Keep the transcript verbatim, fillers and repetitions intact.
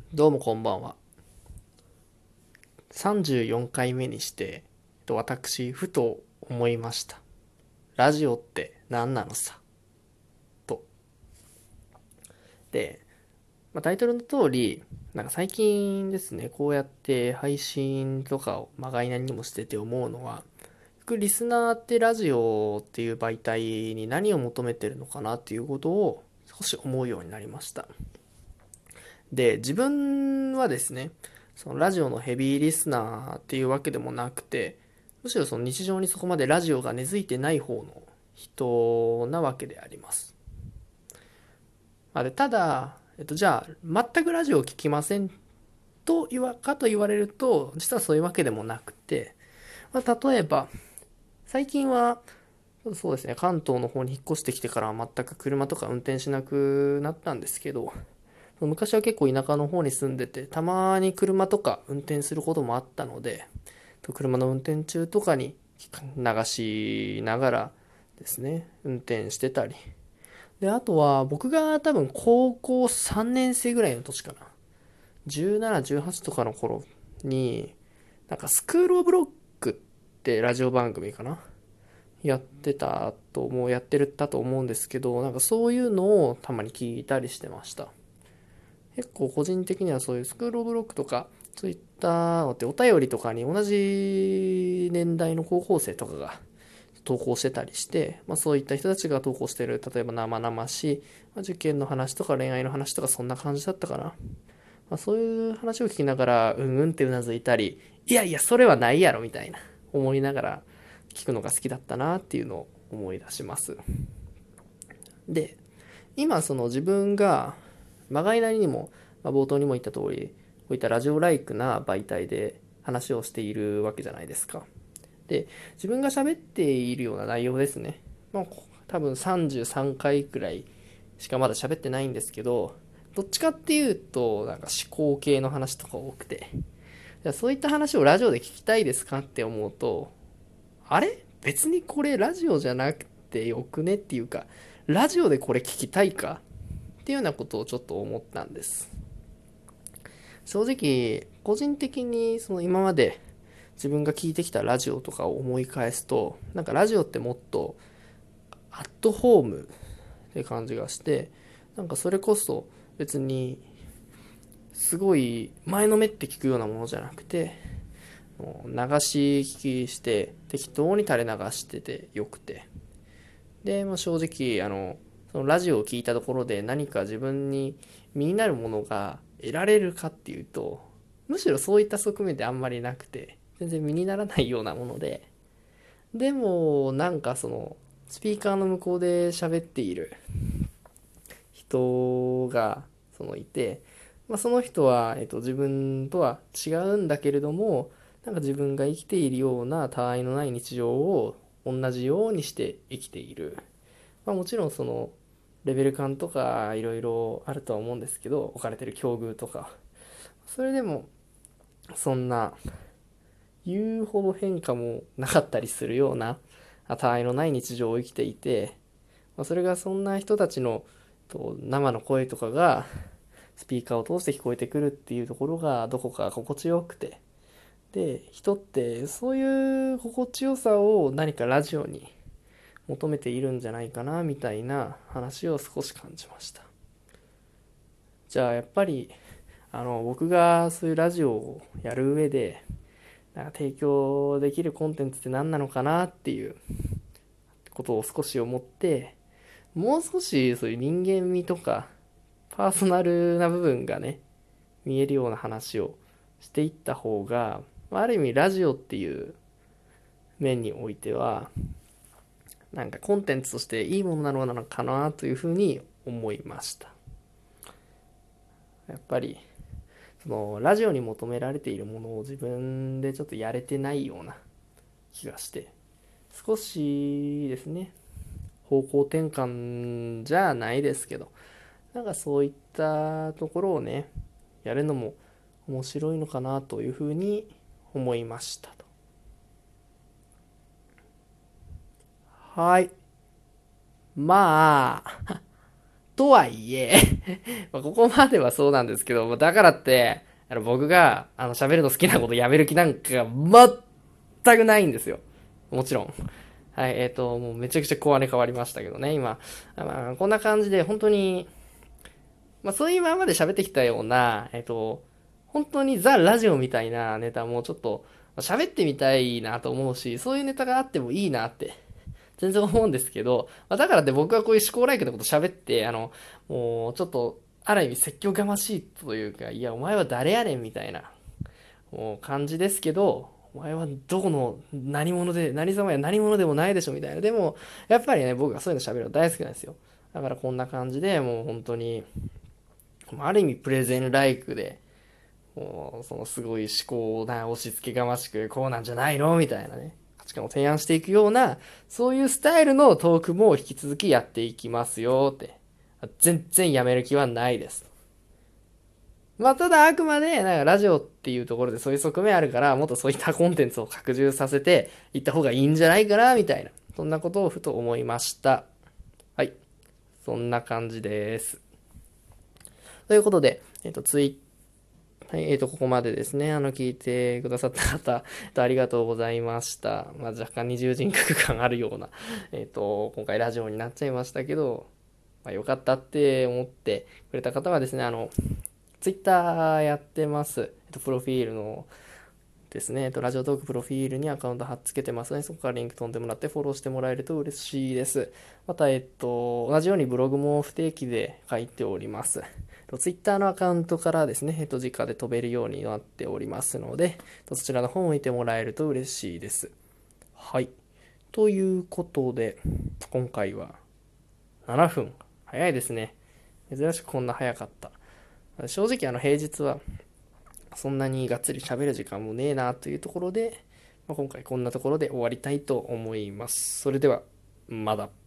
どうもこんばんは。さんじゅうよんかいめにして、えっと私、ふと思いました。ラジオって何なのさ、と。で、まあ、タイトルの通り、なんか最近ですね、こうやって配信とかをまがいなりにもしてて思うのは、僕リスナーってラジオっていう媒体に何を求めてるのかなっていうことを少し思うようになりました。で、自分はですね、そのラジオのヘビーリスナーっていうわけでもなくて、むしろその日常にそこまでラジオが根付いてない方の人なわけであります。まあ、でただ、えっと、じゃあ、全くラジオを聞きませんと言わかと言われると、実はそういうわけでもなくて、まあ、例えば、最近は、そうですね、関東の方に引っ越してきてからは全く車とか運転しなくなったんですけど、昔は結構田舎の方に住んでて、たまに車とか運転することもあったので、車の運転中とかに流しながらですね、運転してたり。で、あとは僕が多分高校さんねん生ぐらいの年かな。じゅうなな、じゅうはちとかの頃に、なんかスクールオブロックってラジオ番組かなやってたと思う、やってるたと思うんですけど、なんかそういうのをたまに聞いたりしてました。結構個人的にはそういうスクールオブロックとか、そういったのってお便りとかに同じ年代の高校生とかが投稿してたりして、まあ、そういった人たちが投稿してる、例えば生々しい、まあ、受験の話とか恋愛の話とかそんな感じだったかな。まあ、そういう話を聞きながら、うんうんってうなずいたり、いやいや、それはないやろみたいな思いながら聞くのが好きだったなっていうのを思い出します。で、今その自分がまがいなりにも、まあ、冒頭にも言った通りこういったラジオライクな媒体で話をしているわけじゃないですか。で、自分が喋っているような内容ですね、まあ、多分さんじゅうさんかいくらいしかまだ喋ってないんですけど、どっちかっていうとなんか思考系の話とか多くて、そういった話をラジオで聞きたいですかって思うと、あれ別にこれラジオじゃなくてよくねっていうか、ラジオでこれ聞きたいかっていうようなことをちょっと思ったんです。正直個人的にその今まで自分が聞いてきたラジオとかを思い返すと、なんかラジオってもっとアットホームって感じがして、なんかそれこそ別にすごい前のめって聞くようなものじゃなくて、流し聞きして適当に垂れ流しててよくて、で、まあ、正直あのそのラジオを聞いたところで何か自分に身になるものが得られるかっていうと、むしろそういった側面であんまりなくて、全然身にならないようなもので、でもなんかそのスピーカーの向こうで喋っている人がそのいて、まあ、その人は、えっと、自分とは違うんだけれども、なんか自分が生きているような他愛のない日常を同じようにして生きている。まあ、もちろんそのレベル感とかいろいろあるとは思うんですけど、置かれてる境遇とか、それでもそんな言うほど変化もなかったりするような他愛のない日常を生きていて、まあ、それがそんな人たちの生の声とかがスピーカーを通して聞こえてくるっていうところがどこか心地よくて、で人ってそういう心地よさを何かラジオに求めているんじゃないかなみたいな話を少し感じました。じゃあやっぱりあの僕がそういうラジオをやる上でなんか提供できるコンテンツって何なのかなっていうことを少し思って、もう少しそういう人間味とかパーソナルな部分がね見えるような話をしていった方が、ある意味ラジオっていう面においてはなんかコンテンツとしていいものなのなのかなというふうに思いました。やっぱりそのラジオに求められているものを自分でちょっとやれてないような気がして、少しですね方向転換じゃないですけど、なんかそういったところをねやるのも面白いのかなというふうに思いましたと。はい。まあとはいえまあここまではそうなんですけど、だからって、あの僕があの喋るの好きなことやめる気なんか全くないんですよ。もちろん。はい、えっ、ー、と、もうめちゃくちゃ小金変わりましたけどね、今。まあ、こんな感じで、本当に、まあそういう今まで喋ってきたような、えっ、ー、と、本当にザ・ラジオみたいなネタもちょっと喋ってみたいなと思うし、そういうネタがあってもいいなって全然思うんですけど、まあ、だからって僕はこういう思考ライクのこと喋って、あの、もうちょっと、ある意味説教がましいというか、いや、お前は誰やねんみたいな、もう感じですけど、お前はどこの何者で、何様や何者でもないでしょみたいな。でも、やっぱりね、僕はそういうの喋るの大好きなんですよ。だからこんな感じで、もう本当に、ある意味プレゼンライクで、もうそのすごい思考をな押し付けがましく、こうなんじゃないのみたいなね。価値観を提案していくような、そういうスタイルのトークも引き続きやっていきますよって。全然やめる気はないです。まあ、ただあくまで、なんかラジオっていうところでそういう側面あるから、もっとそういったコンテンツを拡充させていった方がいいんじゃないかな、みたいな。そんなことをふと思いました。はい。そんな感じです。ということで、えっと、ツイはい、えっと、ここまでですね、あの、聞いてくださった方、えっと、ありがとうございました。まあ、若干二重人格感あるような、えっと、今回ラジオになっちゃいましたけど、まあ、よかったって思ってくれた方はですね、あの、ツイッターやってます。えっと、プロフィールのですね、えっと、ラジオトークプロフィールにアカウント貼っつけてますので、そこからリンク飛んでもらってフォローしてもらえると嬉しいです。また、えっと、同じようにブログも不定期で書いております。ツイッターのアカウントからですね、えっと、直で飛べるようになっておりますので、そちらの方を見てもらえると嬉しいです。はい。ということで、今回はななふん。早いですね。珍しくこんな早かった。正直あの平日はそんなにがっつり喋る時間もねえなというところで、まあ、今回こんなところで終わりたいと思います。それでは、まだ。